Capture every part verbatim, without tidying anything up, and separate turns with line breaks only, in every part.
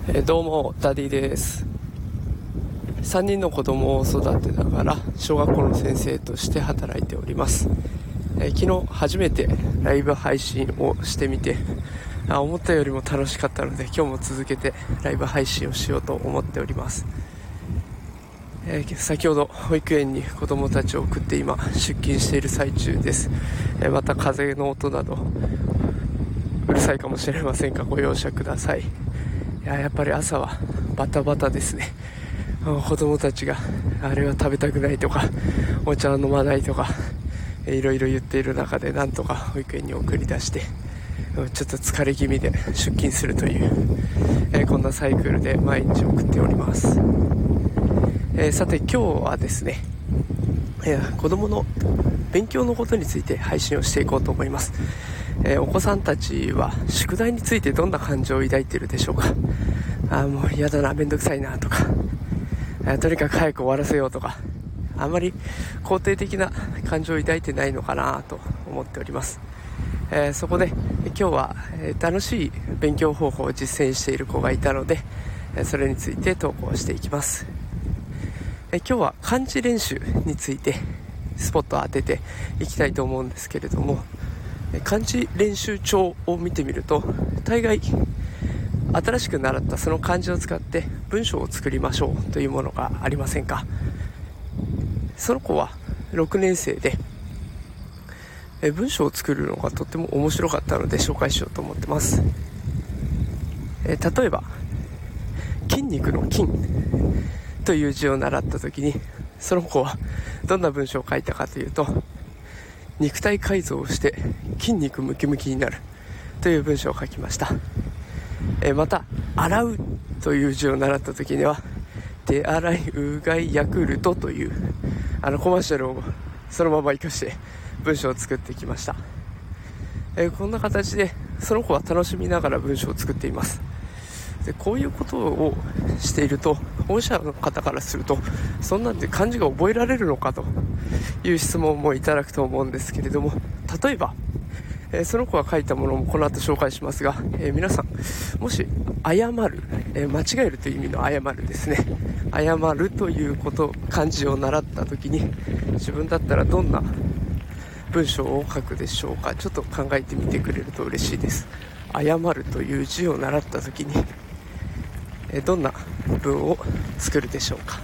えー、どうもダディです。さんにんの子供を育てながら小学校の先生として働いております。えー、昨日初めてライブ配信をしてみてあ思ったよりも楽しかったので、今日も続けてライブ配信をしようと思っております。えー、先ほど保育園に子供たちを送って今出勤している最中です。えー、また風の音などうるさいかもしれませんがご容赦ください。いや、やっぱり朝はバタバタですね。子供たちがあれは食べたくないとかお茶を飲まないとかいろいろ言っている中で、なんとか保育園に送り出してちょっと疲れ気味で出勤するという、えー、こんなサイクルで毎日送っております。えー、さて今日はですね、えー、子供の勉強のことについて配信をしていこうと思います。えー、お子さんたちは宿題についてどんな感情を抱いているでしょうか。あーもう嫌だな、めんどくさいなとか、えー、とにかく早く終わらせようとか、あまり肯定的な感情を抱いてないのかなと思っております。えー、そこで今日は、えー、楽しい勉強方法を実践している子がいたので、えー、それについて投稿していきます。えー、今日は漢字練習についてスポットを当てていきたいと思うんですけれども、漢字練習帳を見てみると、大概新しく習ったその漢字を使って文章を作りましょうというものがありませんか。その子はろくねん生で、え文章を作るのがとっても面白かったので紹介しようと思ってます。え例えば筋肉の筋という字を習った時に、その子はどんな文章を書いたかというと、肉体改造をして筋肉ムキムキになるという文章を書きました。えまた洗うという字を習った時には、手洗いうがいヤクルトというあのコマーシャルをそのまま活かして文章を作ってきました。えこんな形でその子は楽しみながら文章を作っています。でこういうことをしていると、保護者の方からすると、そんなんで漢字が覚えられるのかという質問もいただくと思うんですけれども、例えば、えー、その子が書いたものもこの後紹介しますが、えー、皆さんもし誤る、えー、間違えるという意味の誤るですね、誤るということ漢字を習った時に、自分だったらどんな文章を書くでしょうか。ちょっと考えてみてくれると嬉しいです。誤るという字を習った時にえどんな文を作るでしょうか。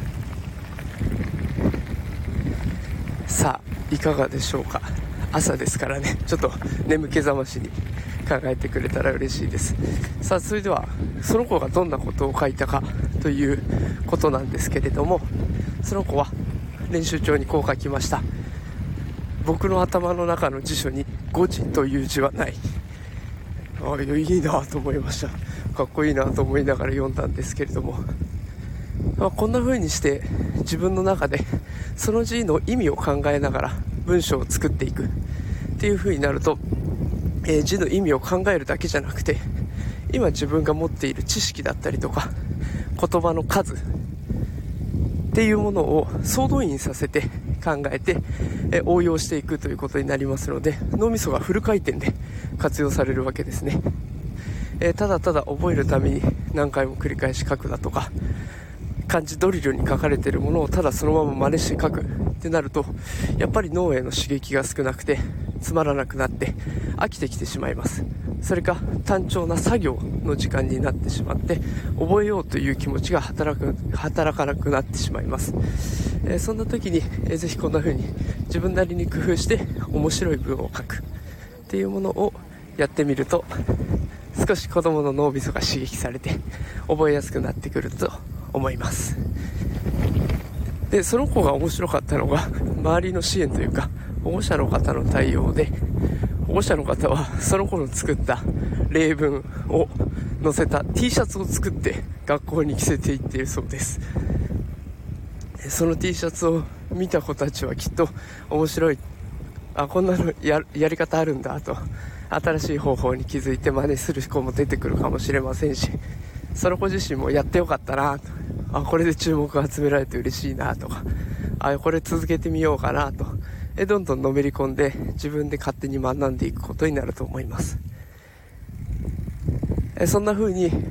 さあいかがでしょうか。朝ですからね、ちょっと眠気覚ましに考えてくれたら嬉しいです。さあそれではその子がどんなことを書いたかということなんですけれども、その子は練習帳にこう書きました。僕の頭の中の辞書に誤字という字はない。あいいなと思いました。かっこいいなと思いながら読んだんですけれども、まあ、こんな風にして自分の中でその字の意味を考えながら文章を作っていくっていう風になると、えー、字の意味を考えるだけじゃなくて、今自分が持っている知識だったりとか言葉の数っていうものを総動員させて考えて、えー、応用していくということになりますので、脳みそがフル回転で活用されるわけですね。えー、ただただ覚えるために何回も繰り返し書くだとか、漢字ドリルに書かれているものをただそのまま真似して書くってなると、やっぱり脳への刺激が少なくてつまらなくなって飽きてきてしまいます。それか単調な作業の時間になってしまって、覚えようという気持ちが働く働かなくなってしまいます。えー、そんな時に、えー、ぜひこんな風に自分なりに工夫して面白い文を書くっていうものをやってみると、少し子供の脳みそが刺激されて覚えやすくなってくると思います。でその子が面白かったのが、周りの支援というか保護者の方の対応で、保護者の方はその子の作った例文を載せた T シャツを作って学校に着せていっているそうです。その T シャツを見た子たちはきっと面白い、あこんなの や, やり方あるんだと、新しい方法に気づいて真似する子も出てくるかもしれませんし、その子自身もやってよかったなと、あこれで注目が集められて嬉しいなとか、あこれ続けてみようかなと、えどんどんのめり込んで自分で勝手に学んでいくことになると思います。えそんな風に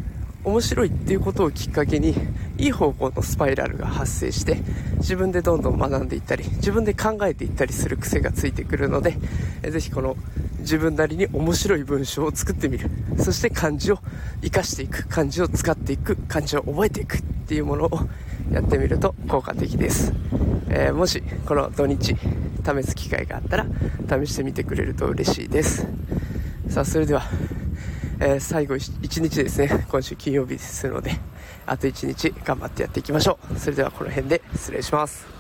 面白いっていうことをきっかけにいい方向のスパイラルが発生して、自分でどんどん学んでいったり自分で考えていったりする癖がついてくるので、えぜひこの自分なりに面白い文章を作ってみる、そして漢字を活かしていく、漢字を使っていく、漢字を覚えていくっていうものをやってみると効果的です。えー、もしこの土日試す機会があったら試してみてくれると嬉しいです。さあ、それではえー、最後いちにちですね。今週金曜日ですので、あといちにち頑張ってやっていきましょう。それではこの辺で失礼します。